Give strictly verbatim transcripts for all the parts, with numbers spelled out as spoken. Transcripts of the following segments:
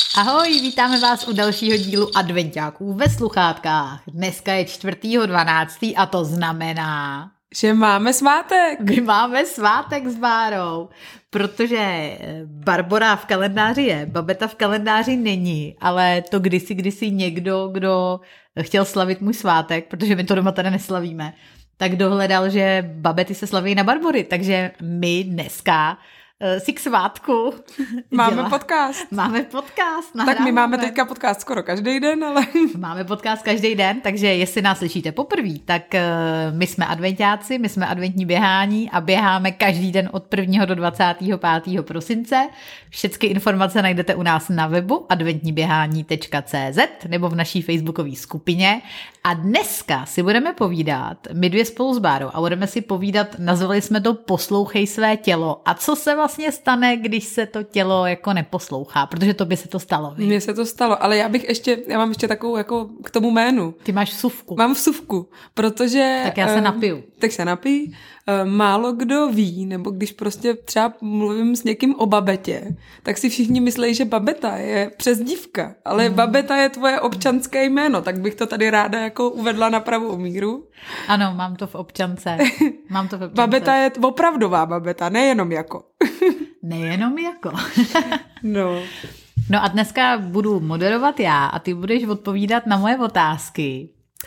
Ahoj, vítáme vás u dalšího dílu Adventáků ve sluchátkách. Dneska je čtvrtého dvanáctého a to znamená, že máme svátek. My máme svátek s Bárou, protože Barbora v kalendáři je, Babeta v kalendáři není, ale to kdysi, kdysi někdo, kdo chtěl slavit můj svátek, protože my to doma tady neslavíme, tak dohledal, že babety se slaví na Barbory, takže my dneska si k svátku máme dělá. podcast. Máme podcast. Nahráváme. Tak my máme teďka podcast skoro každý den, ale... Máme podcast každý den, takže jestli nás slyšíte poprvé, tak uh, my jsme adventáci, my jsme adventní běhání a běháme každý den od prvního do dvacátého pátého prosince. Všechny informace najdete u nás na webu adventní běhání tečka cé zet nebo v naší facebookové skupině. A dneska si budeme povídat, my dvě spolu s Bárou, a budeme si povídat, nazvali jsme to Poslouchej své tělo. A co se vlastně stane, když se to tělo jako neposlouchá, protože to by se to stalo. Mně se to stalo, ale já bych ještě, já mám ještě takovou jako k tomu jménu. Ty máš vsuvku. Mám vsuvku, protože... Tak já se napiju. Uh, tak se napij. Uh, málo kdo ví, nebo když prostě třeba mluvím s někým o babetě, tak si všichni myslí, že babeta je přezdívka, ale hmm. babeta je tvoje občanské jméno, tak bych to tady ráda jako uvedla na pravou míru. Ano, mám to v občance. Mám to v občance. Babeta je opravdová babeta, nejenom jako. Nejenom jako. No. No a dneska budu moderovat já a ty budeš odpovídat na moje otázky.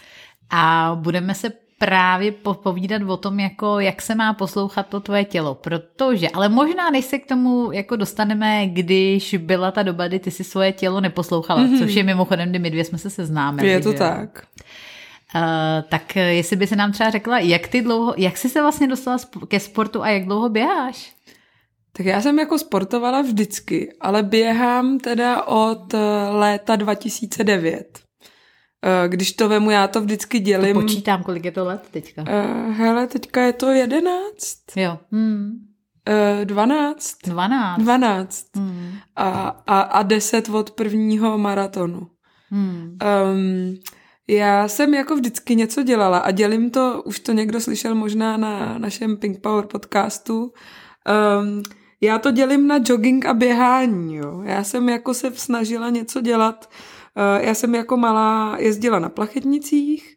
A budeme se právě povídat o tom, jako jak se má poslouchat to tvoje tělo, protože, ale možná než se k tomu jako dostaneme, když byla ta doba, kdy ty si svoje tělo neposlouchala, mm-hmm. což je mimochodem, kdy my dvě jsme se seznámili. Je to že? tak. Uh, tak jestli by se nám třeba řekla, jak ty dlouho, jak jsi se vlastně dostala ke sportu a jak dlouho běháš? Tak já jsem jako sportovala vždycky, ale běhám teda od léta dva tisíce devět. Když to vemu, já to vždycky dělím. To počítám, kolik je to let teďka. Uh, hele, teďka je to jedenáct. Jo. Hmm. Uh, dvanáct. Dvanáct. Dvanáct. Hmm. A, a, a deset od prvního maratonu. Hmm. Um, já jsem jako vždycky něco dělala a dělím to, už to někdo slyšel možná na našem Pink Power podcastu. Um, já to dělím na jogging a běhání. Jo. Já jsem jako se snažila něco dělat. Uh, já jsem jako malá jezdila na plachetnicích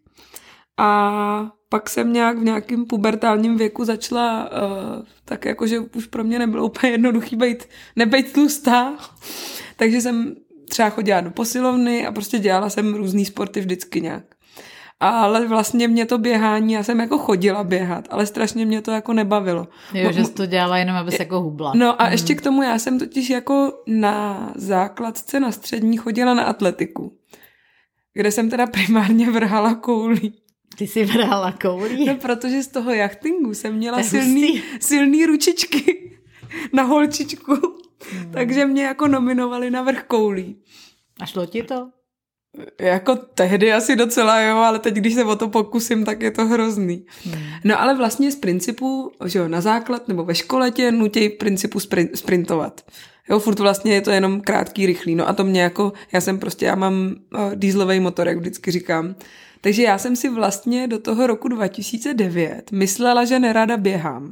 a pak jsem nějak v nějakém pubertálním věku začala uh, tak jako, že už pro mě nebylo úplně jednoduchý být, nebejt tlustá. Takže jsem třeba chodila do posilovny a prostě dělala jsem různý sporty vždycky nějak. Ale vlastně mě to běhání, já jsem jako chodila běhat, ale strašně mě to jako nebavilo. Jo, že jsi to dělala jenom, aby se jako hubla. No a hmm. ještě k tomu já jsem totiž jako na základce na střední chodila na atletiku, kde jsem teda primárně vrhala koulí. Ty jsi vrhala koulí? No, protože z toho jachtingu jsem měla silný, silný ručičky na holčičku, hmm. takže mě jako nominovali na vrch koulí. A šlo ti to? Jako tehdy asi docela jo, ale teď, když se o to pokusím, tak je to hrozný. Hmm. No ale vlastně z principu, že jo, na základ nebo ve škole tě nutěj principu sprin- sprintovat. Jo, furt vlastně je to jenom krátký, rychlý. No a to mě jako, já jsem prostě, já mám uh, dieselový motor, jak vždycky říkám. Takže já jsem si vlastně do toho roku dva tisíce devět myslela, že nerada běhám.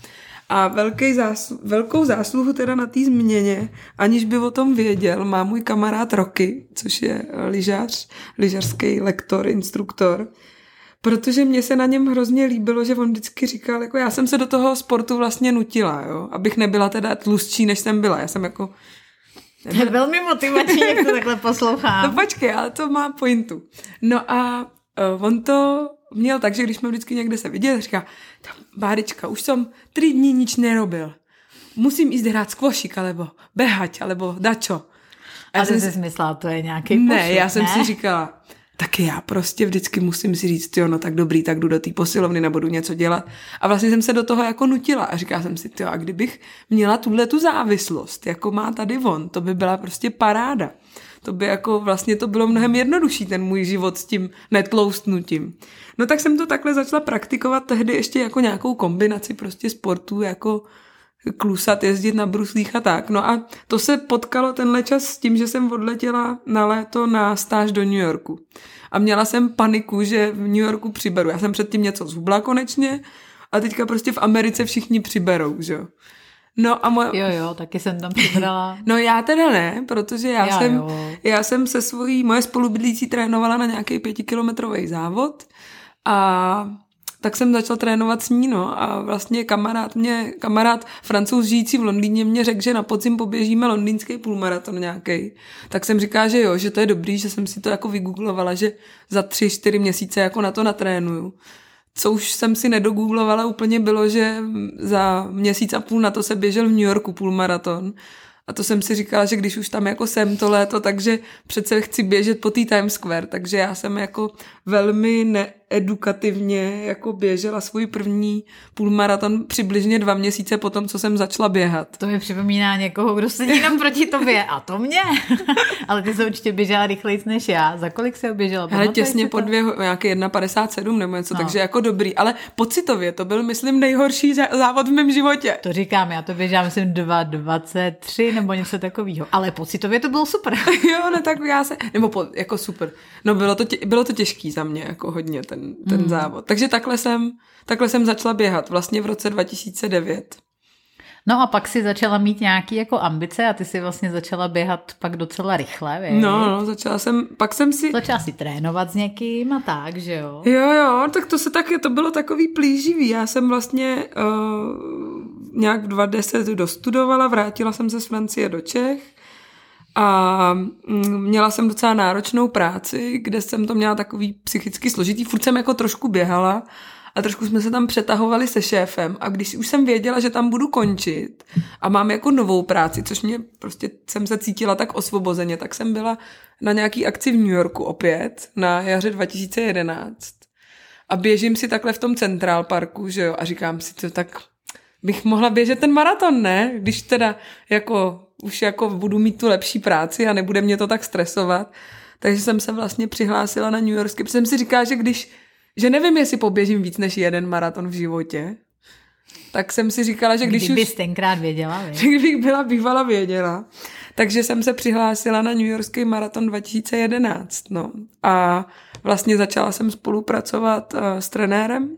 A velký záslu- velkou zásluhu teda na té změně, aniž by o tom věděl, má můj kamarád Roky, což je lyžař, lyžařský lektor, instruktor, protože mně se na něm hrozně líbilo, že on vždycky říkal, jako já jsem se do toho sportu vlastně nutila, jo, abych nebyla teda tlustší, než jsem byla. Já jsem jako... To je velmi motivační, jak to takhle poslouchám. No počkej, ale to má pointu. No a uh, on to měl tak, že když jsme vždycky někde se viděli, říká, Bárička, už jsem tři dní nič nerobil. Musím jít hrát skvošik, alebo behať, alebo dačo. A, a ty jsi myslela, to je nějaký Ne, pošuk, já jsem ne? si říkala, tak já prostě vždycky musím si říct, jo, no tak dobrý, tak jdu do té posilovny, nebudu něco dělat. A vlastně jsem se do toho jako nutila a říkala jsem si, jo, a kdybych měla tuhle tu závislost, jako má tady on, to by byla prostě paráda. To by jako vlastně to bylo mnohem jednodušší, ten můj život s tím netloustnutím. No tak jsem to takhle začala praktikovat tehdy ještě jako nějakou kombinaci prostě sportů, jako klusat, jezdit na bruslích a tak. No a to se potkalo tenhle čas s tím, že jsem odletěla na léto na stáž do New Yorku. A měla jsem paniku, že v New Yorku přiberu. Já jsem předtím něco zhubla konečně a teďka prostě v Americe všichni přiberou, že jo. No a moje... Jo, jo, taky jsem tam přibrala. No já teda ne, protože já, já jsem, jo. já jsem se svojí, moje spolubydlící trénovala na nějaký pětikilometrový závod a tak jsem začala trénovat s ní, no, a vlastně kamarád mě, kamarád Francouz žijící v Londýně mě řekl, že na podzim poběžíme londýnský půlmaraton nějaký. Tak jsem říkala, že jo, že to je dobrý, že jsem si to jako vygooglovala, že za tři, čtyři měsíce jako na to natrénuju. Co už jsem si nedogooglovala úplně bylo, že za měsíc a půl na to se běžel v New Yorku půlmaraton. A to jsem si říkala, že když už tam jako jsem to léto, takže přece chci běžet po té Times Square, takže já jsem jako velmi needukativně jako běžela svůj první půlmaraton přibližně dva měsíce po tom, co jsem začala běhat. To mi připomíná někoho, kdo sedí tam proti tobě a to mě. Ale ty jsi určitě běžela rychlejc než já. Za kolik jsi oběžela? Hele, těsně po dvě, nějaký jedna padesát sedm nebo něco, no. Takže jako dobrý. Ale pocitově to byl, myslím, nejhorší závod v mém životě. To říkám, já to běžela, myslím, dva dvacet tři nebo něco takového. Ale pocitově to bylo super. Jo, no tak já se, nebo po, jako super. No bylo to, tě, bylo to těžký za mě, jako hodně ten, ten mm. závod. Takže takhle jsem, takhle jsem začala běhat vlastně v roce dva tisíce devět. No a pak si začala mít nějaký jako ambice a ty si vlastně začala běhat pak docela rychle, viď? No, no, začala jsem, pak jsem si... Začala si trénovat s někým a tak, že jo? Jo, jo, tak to se taky, to bylo takový plíživý. Já jsem vlastně uh, nějak v dva tisíce deset dostudovala, vrátila jsem se z Francie do Čech a měla jsem docela náročnou práci, kde jsem to měla takový psychicky složitý. Furt jsem jako trošku běhala a trošku jsme se tam přetahovali se šéfem a když už jsem věděla, že tam budu končit a mám jako novou práci, což mě prostě jsem se cítila tak osvobozeně, tak jsem byla na nějaký akci v New Yorku opět na jaře dva tisíce jedenáct a běžím si takhle v tom Central Parku, že jo, a říkám si to, tak bych mohla běžet ten maraton, ne? Když teda jako už jako budu mít tu lepší práci a nebude mě to tak stresovat. Takže jsem se vlastně přihlásila na New Yorkský, protože jsem si říkala, že když, že nevím, jestli poběžím víc než jeden maraton v životě, tak jsem si říkala, že když Kdybys už... tenkrát věděla, víš? Že kdybych byla bývala věděla. Takže jsem se přihlásila na New Yorkský maraton dva tisíce jedenáct, no. A vlastně začala jsem spolupracovat uh, s trenérem,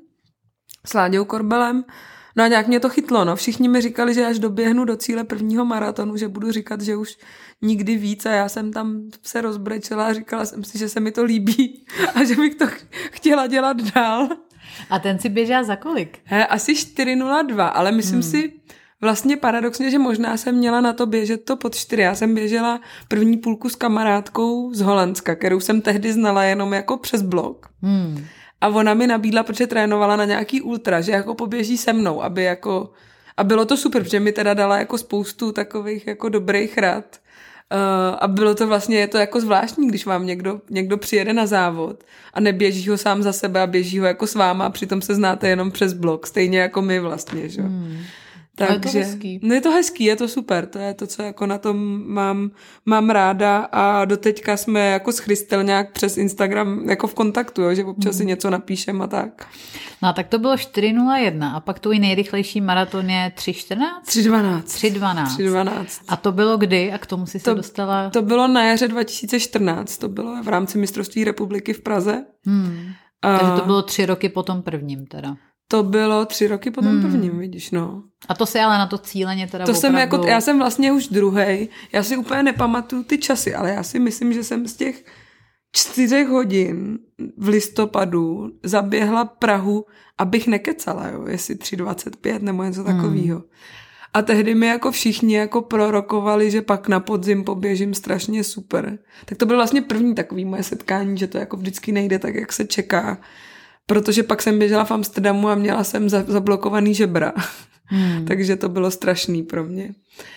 s Láďou Korbelem. No a nějak mě to chytlo, no. Všichni mi říkali, že až doběhnu do cíle prvního maratonu, že budu říkat, že už nikdy víc a já jsem tam se rozbrečela a říkala jsem si, že se mi to líbí a že bych to chtěla dělat dál. A ten si běžela za kolik? He, asi čtyři nula dva, ale myslím hmm. si vlastně paradoxně, že možná jsem měla na to běžet to pod čtyři. Já jsem běžela první půlku s kamarádkou z Holandska, kterou jsem tehdy znala jenom jako přes blog. Hmm. A ona mi nabídla, protože trénovala na nějaký ultra, že jako poběží se mnou, aby jako... A bylo to super, protože mi teda dala jako spoustu takových jako dobrých rad. Uh, a bylo to vlastně, je to jako zvláštní, když vám někdo, někdo přijede na závod a neběží ho sám za sebe a běží ho jako s váma a přitom se znáte jenom přes blog, stejně jako my vlastně, že? Hmm. Takže, je to hezký. No je to hezký, je to super, to je to, co jako na tom mám, mám ráda a doteďka jsme jako s Christel nějak přes Instagram jako v kontaktu, jo, že občas hmm. si něco napíšem a tak. No tak to bylo čtyři nula jedna a pak tvůj nejrychlejší maraton je tři čtrnáct? tři dvanáct. tři dvanáct. tři dvanáct. A to bylo kdy a k tomu si to, se dostala? To bylo na jaře dva tisíce čtrnáct, to bylo v rámci mistrovství republiky v Praze. Hmm. A... Takže to bylo tři roky po tom prvním teda. To bylo tři roky po tom hmm. prvním, vidíš, no. A to se ale na to cíleně teda to opravdu... jsem jako, já jsem vlastně už druhej, já si úplně nepamatuju ty časy, ale já si myslím, že jsem z těch čtyřech hodin v listopadu zaběhla Prahu, abych nekecala, jo, jestli tři dvacet pět nebo něco takového. Hmm. A tehdy mi jako všichni jako prorokovali, že pak na podzim poběžím strašně super. Tak to bylo vlastně první takový moje setkání, že to jako vždycky nejde tak, jak se čeká. Protože pak jsem běžela v Amsterdamu a měla jsem zablokovaný žebra. Hmm. Takže to bylo strašný pro mě.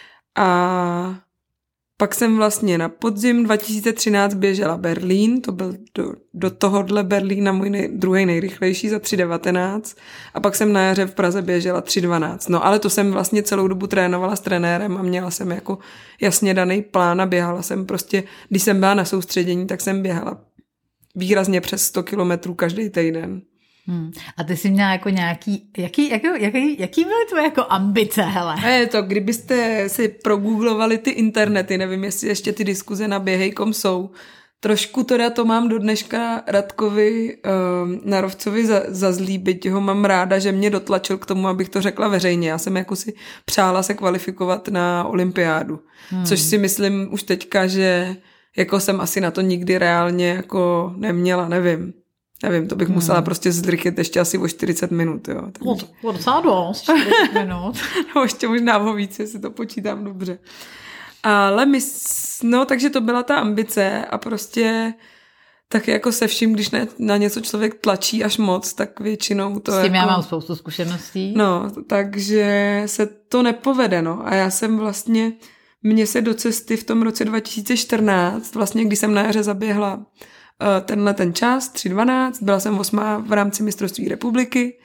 A pak jsem vlastně na podzim dva tisíce třináct běžela Berlín, to byl do, do tohohle Berlína můj nej, druhý nejrychlejší za tři devatenáct a pak jsem na jaře v Praze běžela tři dvanáct. No ale to jsem vlastně celou dobu trénovala s trenérem a měla jsem jako jasně daný plán a běhala jsem prostě, když jsem byla na soustředění, tak jsem běhala výrazně přes sto kilometrů každý týden. Hmm. A ty jsi měla jako nějaký, jaký, jaký, jaký, jaký byly tvoje jako ambice, hele? Je to, kdybyste si progooglovali ty internety, nevím, jestli ještě ty diskuze na běhej tečka com jsou, Trošku teda to mám do dneška Radkovi um, Narovcovi za, za zlý, byť ho mám ráda, že mě dotlačil k tomu, abych to řekla veřejně. Já jsem jako si přála se kvalifikovat na olympiádu, hmm. což si myslím už teďka, že jako jsem asi na to nikdy reálně jako neměla, nevím. Nevím, to bych hmm. musela prostě zdrychet ještě asi o čtyřicet minut, jo. Takže... O docela dost, čtyřicet minut. No ještě možná o víc, jestli to počítám dobře. Ale my, no takže to byla ta ambice a prostě tak jako se vším, když na, na něco člověk tlačí až moc, tak většinou to S tím jako... já mám spoustu zkušeností. No, takže se to nepovede, no. A já jsem vlastně, mně se do cesty v tom roce dva tisíce čtrnáct, vlastně když jsem na jaře zaběhla uh, tenhle ten čas, tři dvanáct, byla jsem osmá v rámci mistrovství republiky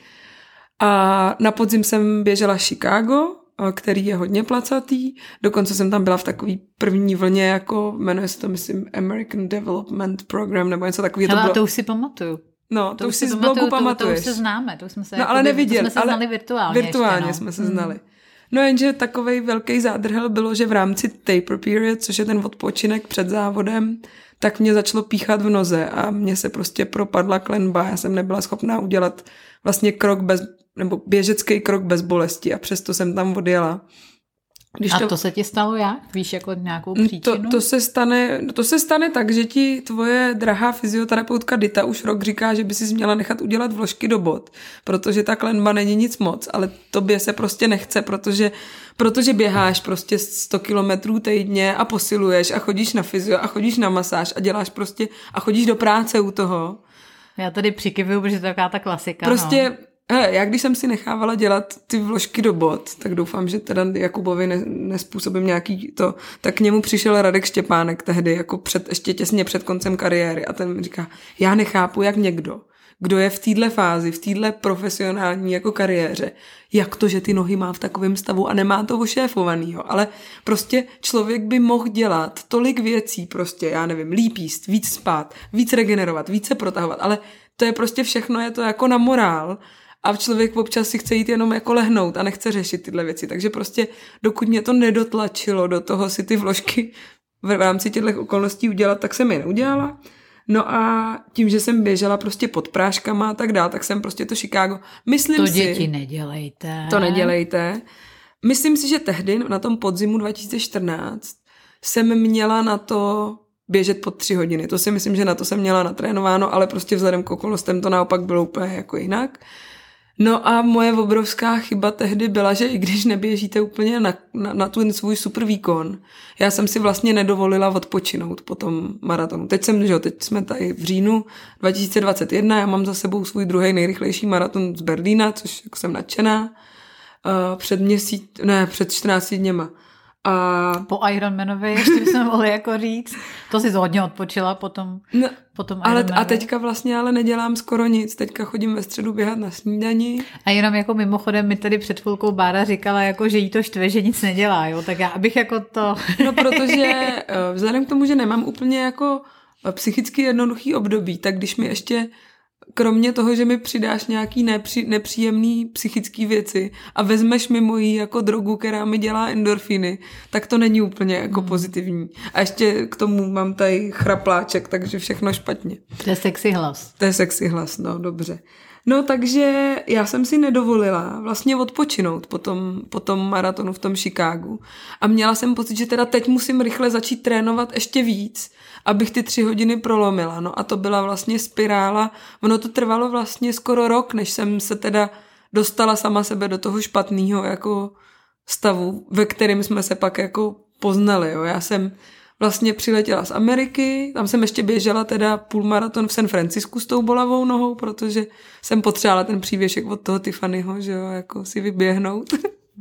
a na podzim jsem běžela Chicago, který je hodně placatý. Dokonce jsem tam byla v takový první vlně, jako jmenuje se to, myslím, American Development Program, nebo něco takového. Hele, to, bylo... to už si pamatuju. No, to, to už si z blogu pamatuješ. To, to už se známe, to už jsme se, no, jako ale by, neviděli, to jsme se ale znali virtuálně. Virtuálně ještě, jsme no. se znali. No jenže takovej velký zádrhel bylo, že v rámci taper period, což je ten odpočinek před závodem, tak mě začalo píchat v noze a mě se prostě propadla klenba. Já jsem nebyla schopná udělat vlastně krok bez, nebo běžecký krok bez bolesti a přesto jsem tam odjela. Když a to... to se ti stalo jak? Víš jako nějakou příčinu? To, to, se stane, to se stane tak, že ti tvoje drahá fyzioterapeutka Dita už rok říká, že by si měla nechat udělat vložky do bot, protože ta klenba není nic moc, ale tobě se prostě nechce, protože, protože běháš prostě sto kilometrů týdně a posiluješ a chodíš na fyzio a chodíš na masáž a děláš prostě a chodíš do práce u toho. Já tady přikyvuju, protože to je taková ta klasika. Prostě... No. Hele, já když jsem si nechávala dělat ty vložky do bot, tak doufám, že teda Jakubovi ne, nespůsobím nějaký to, tak k němu přišel Radek Štěpánek tehdy, jako před, ještě těsně před koncem kariéry a ten mi říká, já nechápu, jak někdo, kdo je v téhle fázi, v téhle profesionální jako kariéře, jak to, že ty nohy má v takovém stavu a nemá to ošéfovanýho, ale prostě člověk by mohl dělat tolik věcí, prostě, já nevím, líp jíst, víc spát, víc regenerovat, víc se protahovat, ale to je prostě všechno, je to jako na morál. A člověk občas si chce jít jenom jako lehnout a nechce řešit tyhle věci. Takže prostě dokud mě to nedotlačilo do toho si ty vložky v rámci těchto okolností udělat, tak jsem je neudělala. No a tím, že jsem běžela prostě pod práškama a tak dál, tak jsem prostě to Chicago. Myslím to si... To děti nedělejte. To nedělejte. Myslím si, že tehdy na tom podzimu dva tisíce čtrnáct jsem měla na to běžet pod tři hodiny. To si myslím, že na to jsem měla natrénováno, ale prostě vzhledem k okolnostem to naopak bylo úplně jako jinak. No a moje obrovská chyba tehdy byla, že i když neběžíte úplně na, na, na ten svůj super výkon, já jsem si vlastně nedovolila odpočinout po tom maratonu. Teď jsem, že teď jsme tady v říjnu dva tisíce dvacet jedna, já mám za sebou svůj druhý nejrychlejší maraton z Berlína, což jako jsem nadšená, uh, před měsíc, ne, před čtrnácti dněma. A... Po Ironmanovi, ještě bychom mohli jako říct. To jsi hodně odpočila potom, no, potom ale A teďka vlastně ale nedělám skoro nic. Teďka chodím ve středu běhat na snídani. A jenom jako mimochodem mi tady před chvilkou Bára říkala, jako, že jí to štve, že nic nedělá. Jo? Tak já abych jako to... No protože vzhledem k tomu, že nemám úplně jako psychicky jednoduchý období, tak když mi ještě kromě toho, že mi přidáš nějaký nepři, nepříjemný psychický věci a vezmeš mi moji jako drogu, která mi dělá endorfiny, tak to není úplně jako hmm. pozitivní. A ještě k tomu mám tady chrapláček, takže všechno špatně. To je sexy hlas. To je sexy hlas, no dobře. No takže já jsem si nedovolila vlastně odpočinout po tom, po tom maratonu v tom Chicagu a měla jsem pocit, že teda teď musím rychle začít trénovat ještě víc, abych ty tři hodiny prolomila. No a to byla vlastně spirála. Ono to trvalo vlastně skoro rok, než jsem se teda dostala sama sebe do toho špatného jako stavu, ve kterém jsme se pak jako poznali. Jo. Já jsem vlastně přiletěla z Ameriky, tam jsem ještě běžela teda půlmaraton v San Francisku s tou bolavou nohou, protože jsem potřebovala ten přívěšek od toho Tiffanyho, že jo, jako si vyběhnout.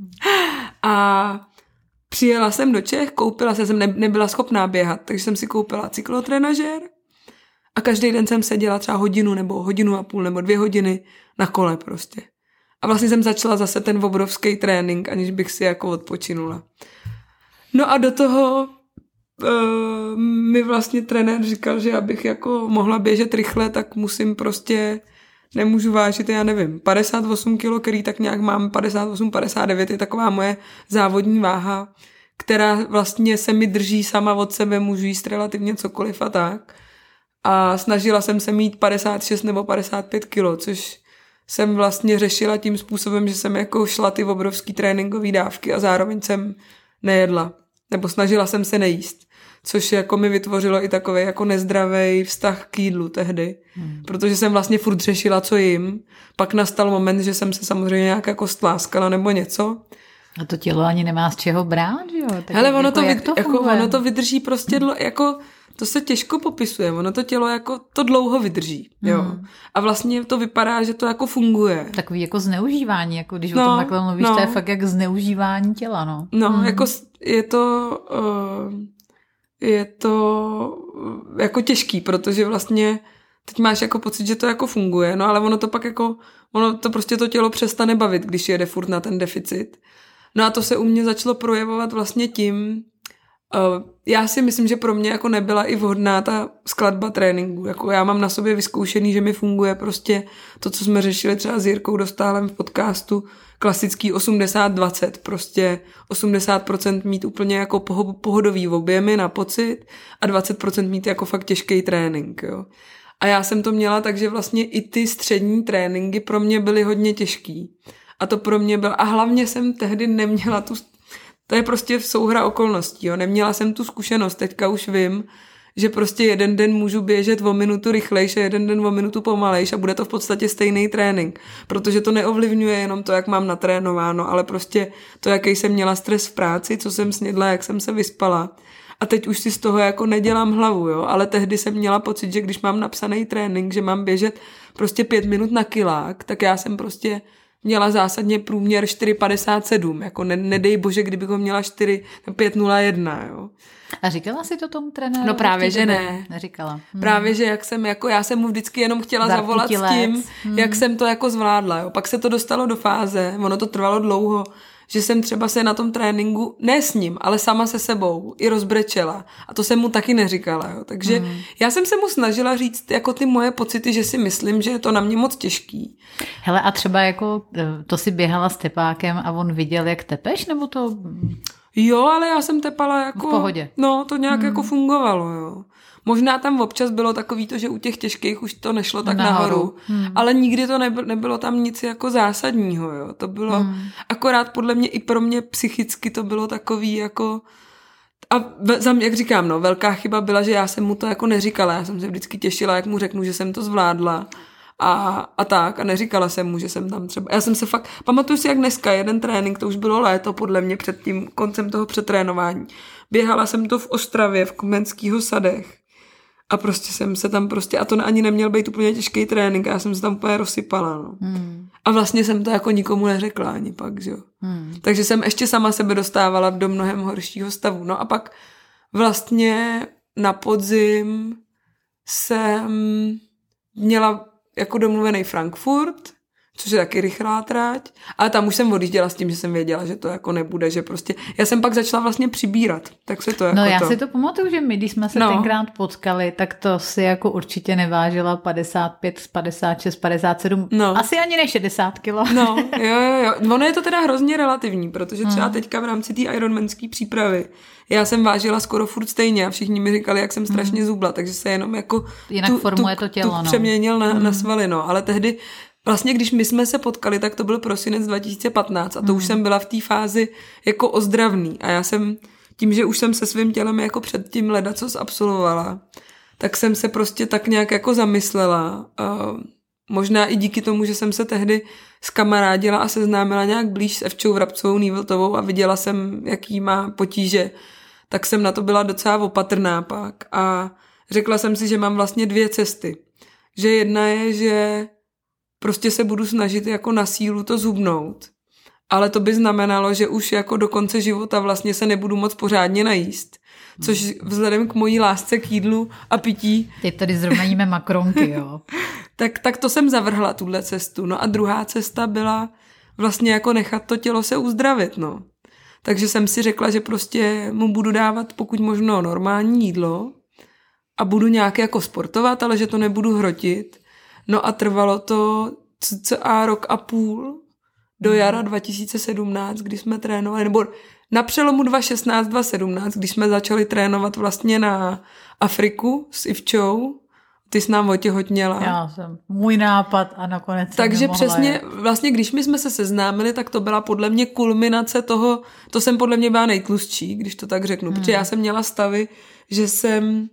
A přijela jsem do Čech, koupila se, jsem ne, nebyla schopná běhat, takže jsem si koupila cyklotrenažér a každý den jsem seděla třeba hodinu nebo hodinu a půl nebo dvě hodiny na kole prostě. A vlastně jsem začala zase ten obrovský trénink, aniž bych si jako odpočinula. No a do toho uh, mi vlastně trenér říkal, že abych jako mohla běžet rychle, tak musím prostě, nemůžu vážit, já nevím, padesát osm kilo, který tak nějak mám, padesát osm padesát devět je taková moje závodní váha, která vlastně se mi drží sama od sebe, můžu jíst relativně cokoliv a tak. a snažila jsem se mít padesát šest nebo padesát pět kilo, což jsem vlastně řešila tím způsobem, že jsem jako šla ty obrovský tréninkový dávky a zároveň jsem nejedla. Nebo snažila jsem se nejíst. Což jako mi vytvořilo i takový jako nezdravý vztah k jídlu tehdy. Hmm. Protože jsem vlastně furt řešila, co jim. Pak nastal moment, že jsem se samozřejmě nějak jako stláskala nebo něco. A to tělo ani nemá z čeho brát, jo? Tak hele, ono, jako, to, jak to jako, ono to vydrží prostě dlo, jako... To se těžko popisuje, ono to tělo jako to dlouho vydrží, jo. Hmm. A vlastně to vypadá, že to jako funguje. Takový jako zneužívání, jako když no, o tom takhle mluvíš, no. to je fakt jak zneužívání těla, no. No, hmm. jako je to uh, je to jako těžký, protože vlastně teď máš jako pocit, že to jako funguje, no ale ono to pak jako, ono to prostě to tělo přestane bavit, když jede furt na ten deficit. No a to se u mě začalo projevovat vlastně tím, Uh, já si myslím, že pro mě jako nebyla i vhodná ta skladba tréninku. Jako já mám na sobě vyzkoušený, že mi funguje prostě to, co jsme řešili třeba s Jirkou Dostálem v podcastu, klasický osmdesát dvacet. Prostě osmdesát procent mít úplně jako pohodový objemy na pocit a dvacet procent mít jako fakt těžký trénink. Jo. A já jsem to měla tak, že vlastně i ty střední tréninky pro mě byly hodně těžký. A to pro mě bylo, a hlavně jsem tehdy neměla tu. To je prostě souhra okolností, jo. Neměla jsem tu zkušenost, teďka už vím, že prostě jeden den můžu běžet o minutu rychlejš a jeden den o minutu pomalejš a bude to v podstatě stejný trénink, protože to neovlivňuje jenom to, jak mám natrénováno, ale prostě to, jaký jsem měla stres v práci, co jsem snědla, jak jsem se vyspala. A teď už si z toho jako nedělám hlavu, jo, ale tehdy jsem měla pocit, že když mám napsaný trénink, že mám běžet prostě pět minut na kilák, tak já jsem prostě měla zásadně průměr čtyři padesát sedm, jako ne, nedej bože, kdybych ho měla čtyři pět nula jedna, jo. A říkala si to tomu trenéru? No právě, že ne. Neříkala. Hmm. Právě, že jak jsem, jako já jsem mu vždycky jenom chtěla zavolat s tím, hmm. jak jsem to jako zvládla, jo. Pak se to dostalo do fáze, ono to trvalo dlouho, že jsem třeba se na tom tréninku, ne s ním, ale sama se sebou i rozbrečela. A to jsem mu taky neříkala, jo. Takže hmm. já jsem se mu snažila říct jako ty moje pocity, že si myslím, že je to na mě moc těžký. Hele, a třeba jako to si běhala s tepákem a on viděl, jak tepeš, nebo to... Jo, ale já jsem tepala jako... V pohodě. No, to nějak hmm. jako fungovalo, jo. Možná tam občas bylo takový to, že u těch těžkých už to nešlo tak nahoru, nahoru. Hmm. Ale nikdy to nebylo, nebylo tam nic jako zásadního, jo. To bylo hmm. akorát podle mě i pro mě psychicky to bylo takový jako... A za mě, jak říkám, no, velká chyba byla, že já jsem mu to jako neříkala. Já jsem se vždycky těšila, jak mu řeknu, že jsem to zvládla. A, a tak, a neříkala jsem mu, že jsem tam třeba... Já jsem se fakt... Pamatuju si, jak dneska jeden trénink, to už bylo léto podle mě před tím koncem toho přetrénování. Běhala jsem to v Ostravě, v Komenskýho sadech. A prostě jsem se tam prostě... A to ani neměl být úplně těžký trénink, já jsem se tam úplně rozsypala, no. Hmm. A vlastně jsem to jako nikomu neřekla ani pak, že jo. Hmm. Takže jsem ještě sama sebe dostávala do mnohem horšího stavu. No a pak vlastně na podzim jsem měla jako domluvený Frankfurt, což je taky rychlá trať, ale tam už jsem odjížděla s tím, že jsem věděla, že to jako nebude, že prostě, já jsem pak začala vlastně přibírat, tak se to jako No já to... si to pamatuju, že my, když jsme se no. tenkrát potkali, tak to si jako určitě nevážila padesát pět, padesát šest, padesát sedm, no. asi ani ne šedesát kilo. No, jo, jo, jo, ono je to teda hrozně relativní, protože třeba hmm. teďka v rámci té ironmanské přípravy já jsem vážila skoro furt stejně a všichni mi říkali, jak jsem strašně hmm. zubla, takže se jenom jako jinak tu, formuje tu, to tělo, tu no. přeměnil na, hmm. na svaly, no, ale tehdy vlastně, když my jsme se potkali, tak to byl prosinec dva tisíce patnáct a to mm. už jsem byla v té fázi jako ozdravný a já jsem tím, že už jsem se svým tělem jako předtím ledacos absolvovala, tak jsem se prostě tak nějak jako zamyslela. Uh, možná i díky tomu, že jsem se tehdy zkamarádila a seznámila nějak blíž s Evčou Vrabcovou Nývltovou a viděla jsem, jaký má potíže, tak jsem na to byla docela opatrná pak a řekla jsem si, že mám vlastně dvě cesty. Že jedna je, že prostě se budu snažit jako na sílu to zhubnout. Ale to by znamenalo, že už jako do konce života vlastně se nebudu moc pořádně najíst. Což vzhledem k mojí lásce k jídlu a pití... Teď tady zrovna jíme makronky, jo. tak, tak to jsem zavrhla, tuhle cestu. No a druhá cesta byla vlastně jako nechat to tělo se uzdravit, no. Takže jsem si řekla, že prostě mu budu dávat pokud možno normální jídlo a budu nějak jako sportovat, ale že to nebudu hrotit. No a trvalo to cca rok a půl do jara dva tisíce sedmnáct, kdy jsme trénovali, nebo na přelomu dva tisíce šestnáct dva tisíce sedmnáct, když jsme začali trénovat vlastně na Afriku s Ivčou ty jsi nám otěhotněla. Já jsem. Můj nápad a nakonec jsem Takže nemohla přesně, jet. vlastně když my jsme se seznámili, tak to byla podle mě kulminace toho, to jsem podle mě byla nejtlustší, když to tak řeknu, hmm. protože já jsem měla stavy, že jsem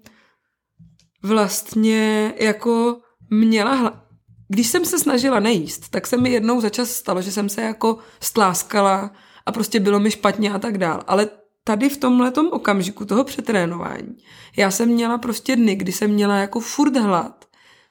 vlastně jako měla, hla... když jsem se snažila nejíst, tak se mi jednou za čas stalo, že jsem se jako stláskala a prostě bylo mi špatně a tak dál, ale tady v tomhletom okamžiku toho přetrénování, já jsem měla prostě dny, kdy jsem měla jako furt hlad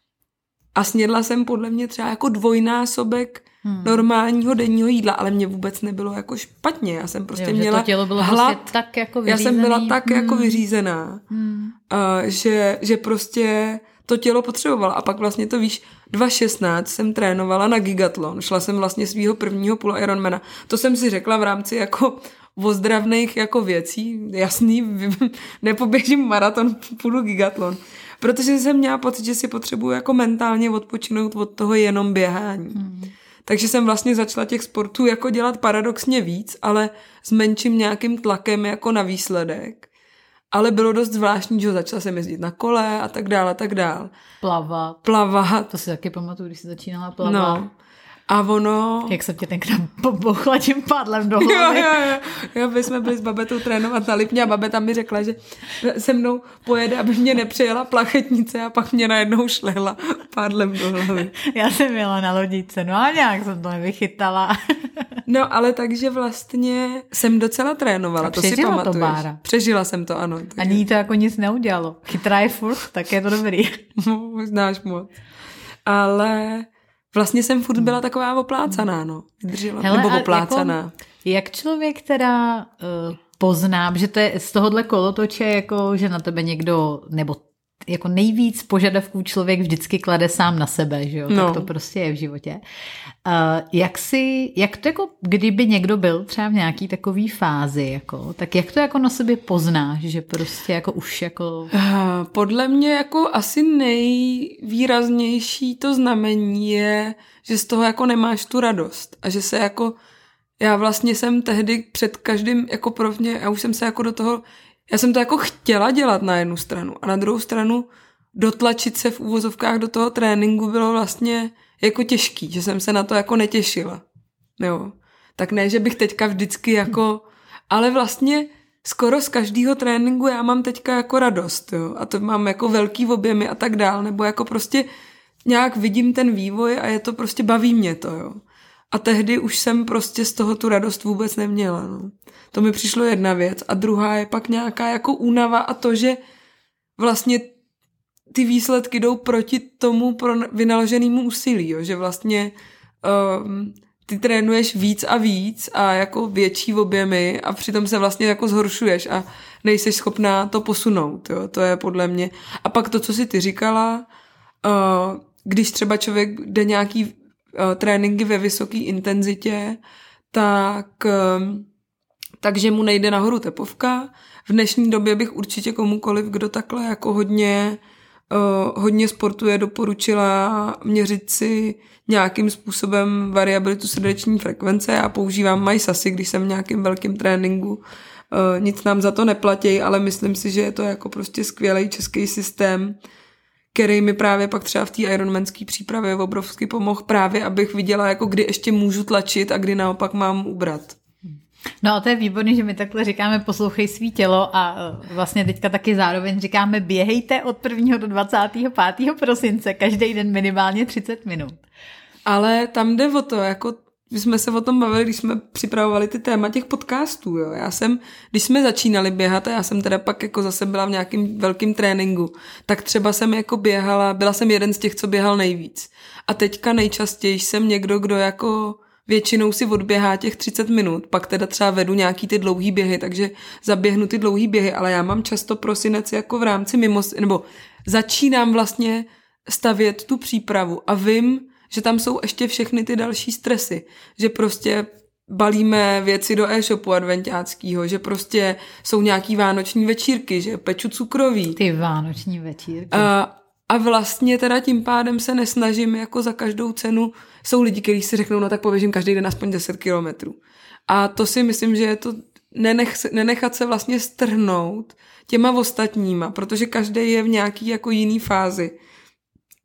a snědla jsem podle mě třeba jako dvojnásobek hmm. normálního denního jídla, ale mě vůbec nebylo jako špatně, já jsem prostě jo, měla to tělo bylo hlad, prostě tak jako já jsem byla tak hmm. jako vyřízená, hmm. uh, že, že prostě to tělo potřebovalo a pak vlastně to víš, dva šestnáct jsem trénovala na gigatlon, šla jsem vlastně svýho prvního půl Ironmana, to jsem si řekla v rámci jako ozdravných jako věcí, jasný, nepoběžím maraton, půjdu gigatlon, protože jsem měla pocit, že si potřebuju jako mentálně odpočinout od toho jenom běhání. Hmm. Takže jsem vlastně začala těch sportů jako dělat paradoxně víc, ale s menším nějakým tlakem jako na výsledek. Ale bylo dost zvláštní, že začala jsem jezdit na kole a tak dál a tak dál. Plavat. Plavat. To si taky pamatuju, když jsi začínala plavat. No. A ono... Jak jsem tě tenkrát pobouchla tím pádlem do hlavy. Jo, jo, jo. jo, my jsme byli s babetou trénovat na Lipně a babeta mi řekla, že se mnou pojede, aby mě nepřejela plachetnice a pak mě najednou šlehla pádlem do hlavy. Já jsem jela na lodičce, no a nějak jsem to nevychytala. No, ale takže vlastně jsem docela trénovala, a to si pamatuješ. To, Bára. Přežila jsem to, ano. Takže... A ní to jako nic neudělalo. Chytrá je furt, tak je to dobrý. No, znáš moc. Ale... Vlastně jsem furt byla taková oplácaná, no. Vydržela, hele, nebo oplácaná. Jako, jak člověk teda uh, pozná, že to je z tohohle kolotoče, jako, že na tebe někdo, nebo jako nejvíc požadavků člověk vždycky klade sám na sebe, že jo? No. Tak to prostě je v životě. Uh, jak si, jak to jako, kdyby někdo byl třeba v nějaký takový fázi, jako, tak jak to jako na sobě poznáš, že prostě jako už jako... Uh, podle mě jako asi nejvýraznější to znamení je, že z toho jako nemáš tu radost a že se jako, já vlastně jsem tehdy před každým, jako pro mě, já už jsem se jako do toho, já jsem to jako chtěla dělat na jednu stranu a na druhou stranu dotlačit se v uvozovkách do toho tréninku bylo vlastně jako těžký, že jsem se na to jako netěšila. Jo. Tak ne, že bych teďka vždycky jako, ale vlastně skoro z každého tréninku já mám teďka jako radost, jo. A to mám jako velký objemy a tak dál, nebo jako prostě nějak vidím ten vývoj a je to prostě, baví mě to, jo. A tehdy už jsem prostě z toho tu radost vůbec neměla, no. To mi přišlo jedna věc a druhá je pak nějaká jako únava a to, že vlastně ty výsledky jdou proti tomu pro vynaloženému úsilí, jo? Že vlastně um, ty trénuješ víc a víc a jako větší objemy a přitom se vlastně jako zhoršuješ a nejseš schopná to posunout, jo? To je podle mě. A pak to, co jsi ty říkala, uh, když třeba člověk jde nějaký uh, tréninky ve vysoké intenzitě, tak um, takže mu nejde nahoru tepovka. V dnešní době bych určitě komukoliv, kdo takhle jako hodně Uh, hodně sportuje, doporučila měřit si nějakým způsobem variabilitu srdeční frekvence. Já používám MySasi, když jsem v nějakém velkém tréninku. Uh, nic nám za to neplatí, ale myslím si, že je to jako prostě skvělý český systém, který mi právě pak třeba v té ironmanské přípravě obrovsky pomohl právě, abych viděla, jako kdy ještě můžu tlačit a kdy naopak mám ubrat. No a to je výborný, že my takhle říkáme poslouchej svý tělo a vlastně teďka taky zároveň říkáme běhejte od prvního do dvacátého pátého prosince, každý den minimálně třicet minut. Ale tam jde o to, jako my jsme se o tom bavili, když jsme připravovali ty téma těch podcastů, jo. Já jsem, když jsme začínali běhat a já jsem teda pak jako zase byla v nějakém velkém tréninku, tak třeba jsem jako běhala, byla jsem jeden z těch, co běhal nejvíc. A teďka nejčastěji jsem někdo, kdo jako většinou si odběhá těch třicet minut, pak teda třeba vedu nějaký ty dlouhý běhy, takže zaběhnu ty dlouhý běhy, ale já mám často prosinec jako v rámci mimo, nebo začínám vlastně stavět tu přípravu a vím, že tam jsou ještě všechny ty další stresy, že prostě balíme věci do e-shopu adventáckýho, že prostě jsou nějaký vánoční večírky, že peču cukroví. Ty vánoční večírky. A, a vlastně teda tím pádem se nesnažím jako za každou cenu. Jsou lidi, kteří si řeknou, no tak poběžím každý den aspoň deset kilometrů. A to si myslím, že je to nenech, nenechat se vlastně strhnout těma ostatníma, protože každý je v nějaký jako jiný fázi.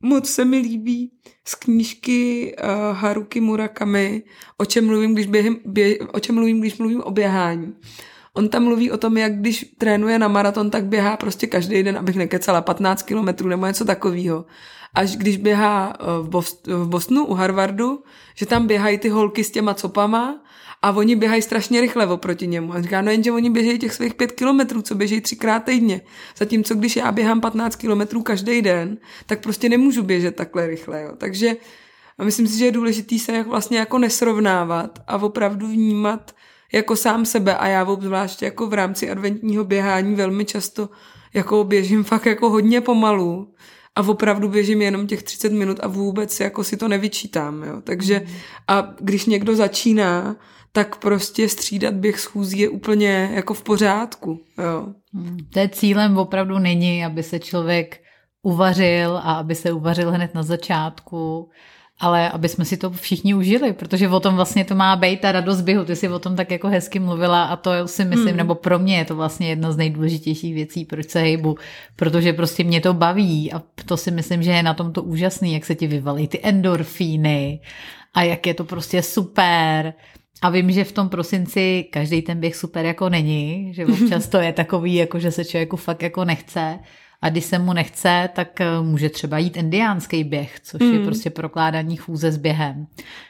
moc se mi líbí z knížky uh, Haruki Murakami, o čem mluvím, když během, bě, o čem mluvím, když mluvím o běhání. On tam mluví o tom, jak když trénuje na maraton, tak běhá prostě každý den, abych nekecala, patnáct kilometrů nebo něco takového. Až když běhá v, Bost- v Bostonu u Harvardu, že tam běhají ty holky s těma copama a oni běhají strašně rychle oproti němu. A říká, no jenže oni běžejí těch svých pět kilometrů, co běžejí třikrát týdně. Zatímco když já běhám patnáct kilometrů každý den, tak prostě nemůžu běžet takhle rychle. Jo. Takže myslím si, že je důležitý se vlastně jako nesrovnávat a opravdu vnímat jako sám sebe, a já obzvláště jako v rámci adventního běhání velmi často jako běžím fakt jako hodně pomalu a opravdu běžím jenom těch třicet minut a vůbec jako si to nevyčítám. Jo. Takže a když někdo začíná, tak prostě střídat běh schůzí je úplně jako v pořádku. Jo. To je cílem opravdu není, aby se člověk uvařil a aby se uvařil hned na začátku, ale aby jsme si to všichni užili, protože o tom vlastně to má být ta radost běhu. Ty jsi o tom tak jako hezky mluvila a to si myslím, hmm. nebo pro mě je to vlastně jedna z nejdůležitějších věcí, proč se hejbu, protože prostě mě to baví a to si myslím, že je na tom to úžasný, jak se ti vyvalí ty endorfíny a jak je to prostě super. A vím, že v tom prosinci každý ten běh super jako není, že občas to je takový, jako že se člověku fakt jako nechce. A když se mu nechce, tak může třeba jít indiánský běh, což hmm. je prostě prokládání chůze s během.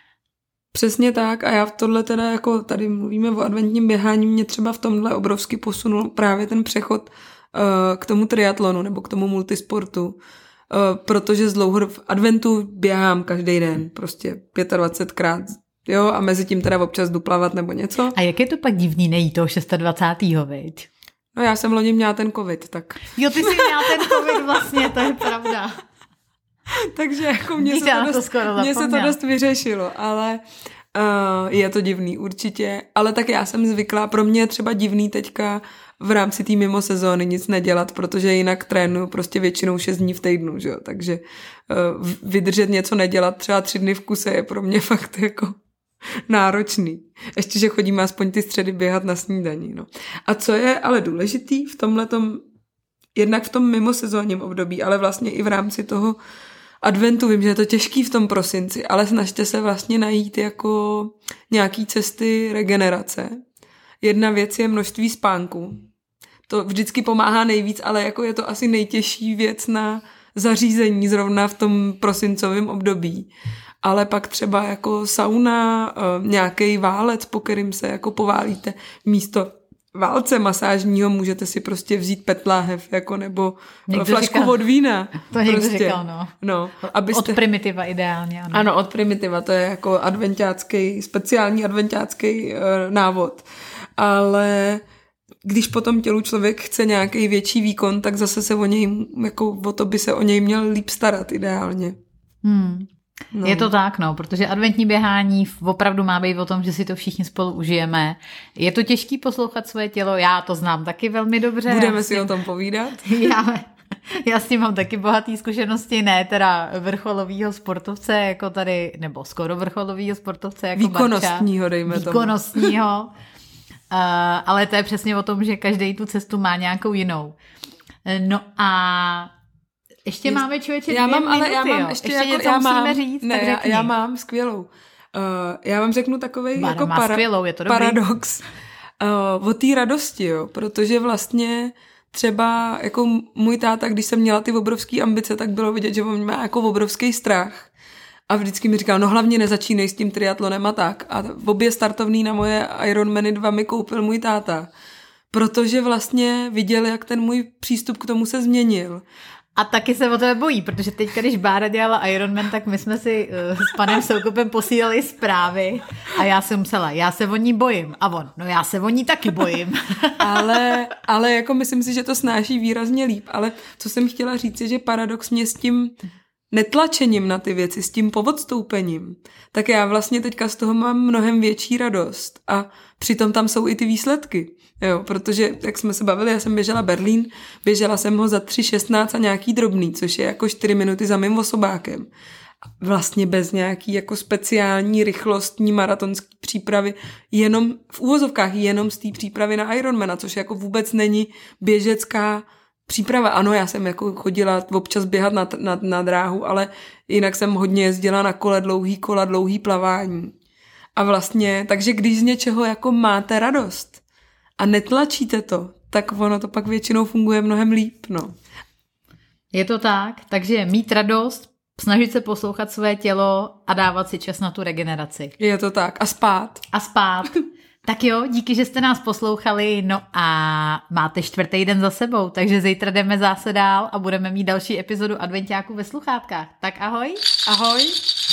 Přesně tak a já v tohle teda jako tady mluvíme o adventním běhání, mě třeba v tomhle obrovsky posunul právě ten přechod uh, k tomu triatlonu nebo k tomu multisportu, uh, protože z dlouho v adventu běhám každý den, prostě dvacetpětkrát, jo, a mezi tím teda občas jdu plavat nebo něco. A jak je to pak divný nejít toho dvacátého šestého, viď? No já jsem loni měla ten covid, tak... Jo, ty jsi měla ten covid vlastně, to je pravda. Takže jako mě, se to, dost, to mě se to dost vyřešilo, ale uh, je to divný určitě. Ale tak já jsem zvyklá, pro mě je třeba divný teďka v rámci té mimo sezóny nic nedělat, protože jinak trénuju prostě většinou šest dní v týdnu, že jo. Takže uh, vydržet něco nedělat třeba tři dny v kuse je pro mě fakt jako... náročný. Ještě, že chodíme aspoň ty středy běhat na snídaní. No. A co je ale důležitý v tomhletom, jednak v tom mimosezónním období, ale vlastně i v rámci toho adventu, vím, že je to těžký v tom prosinci, ale snažte se vlastně najít jako nějaký cesty regenerace. Jedna věc je množství spánku. To vždycky pomáhá nejvíc, ale jako je to asi nejtěžší věc na zařízení zrovna v tom prosincovém období. Ale pak třeba jako sauna, nějaký válec, po kterým se jako poválíte. Místo válce masážního můžete si prostě vzít pet láhev, jako nebo někdo flašku říkal, od vína. To někdo prostě. říkal, no. no abyste... Od primitiva ideálně, ano. Ano, od primitiva, to je jako adventácký, speciální adventácký uh, návod. Ale když potom tělu člověk chce nějaký větší výkon, tak zase se o něj, jako o to by se o něj měl líp starat ideálně. Hmm. No. Je to tak, no, protože adventní běhání opravdu má být o tom, že si to všichni spolu užijeme. Je to těžký poslouchat svoje tělo, já to znám taky velmi dobře. Budeme si o tom povídat. Já, já s tím mám taky bohatý zkušenosti, ne teda vrcholovýho sportovce, jako tady, nebo skoro vrcholovýho sportovce, jako výkonnostního, dejme tomu. Výkonnostního, uh, ale to je přesně o tom, že každý tu cestu má nějakou jinou. No a ještě Jest, máme člověče dvě já mám, minuty, ale já mám jo. ještě, ještě jako, něco já musíme mám, říct, ne, tak já, já mám skvělou. Uh, já vám řeknu takovej Bára jako má para, skvělou, je to paradox uh, o té radosti, jo, protože vlastně třeba jako můj táta, když jsem měla ty obrovský ambice, tak bylo vidět, že on má jako obrovský strach. A vždycky mi říkal, no hlavně nezačínej s tím triatlonem a tak. A obě startovný na moje Ironmany dva mi koupil můj táta. Protože vlastně viděl, jak ten můj přístup k tomu se změnil. A taky se o tebe bojí, protože teď, když Bára dělala Ironman, tak my jsme si uh, s panem Soukopem posílali zprávy a já jsem musela, já se o ní bojím. A on, no já se o ní taky bojím. ale, ale jako myslím si, že to snáší výrazně líp. Ale co jsem chtěla říct, je, že paradoxně s tím netlačením na ty věci, s tím povodstoupením, tak já vlastně teďka z toho mám mnohem větší radost a přitom tam jsou i ty výsledky, jo, protože, jak jsme se bavili, já jsem běžela Berlín, běžela jsem ho za tři šestnáct a nějaký drobný, což je jako čtyři minuty za mým osobákem. Vlastně bez nějaký jako speciální rychlostní maratonské přípravy, jenom v úvozovkách jenom z té přípravy na Ironmana, což jako vůbec není běžecká Příprava, ano, já jsem jako chodila občas běhat na, na, na dráhu, ale jinak jsem hodně jezdila na kole, dlouhý kola, dlouhý plavání. A vlastně, takže když z něčeho jako máte radost a netlačíte to, tak ono to pak většinou funguje mnohem líp, no. Je to tak, takže mít radost, snažit se poslouchat své tělo a dávat si čas na tu regeneraci. Je to tak. A spát. A spát. Tak jo, díky, že jste nás poslouchali, no a máte čtvrtý den za sebou, takže zítra jdeme zase dál a budeme mít další epizodu adventáků ve sluchátkách. Tak ahoj. Ahoj.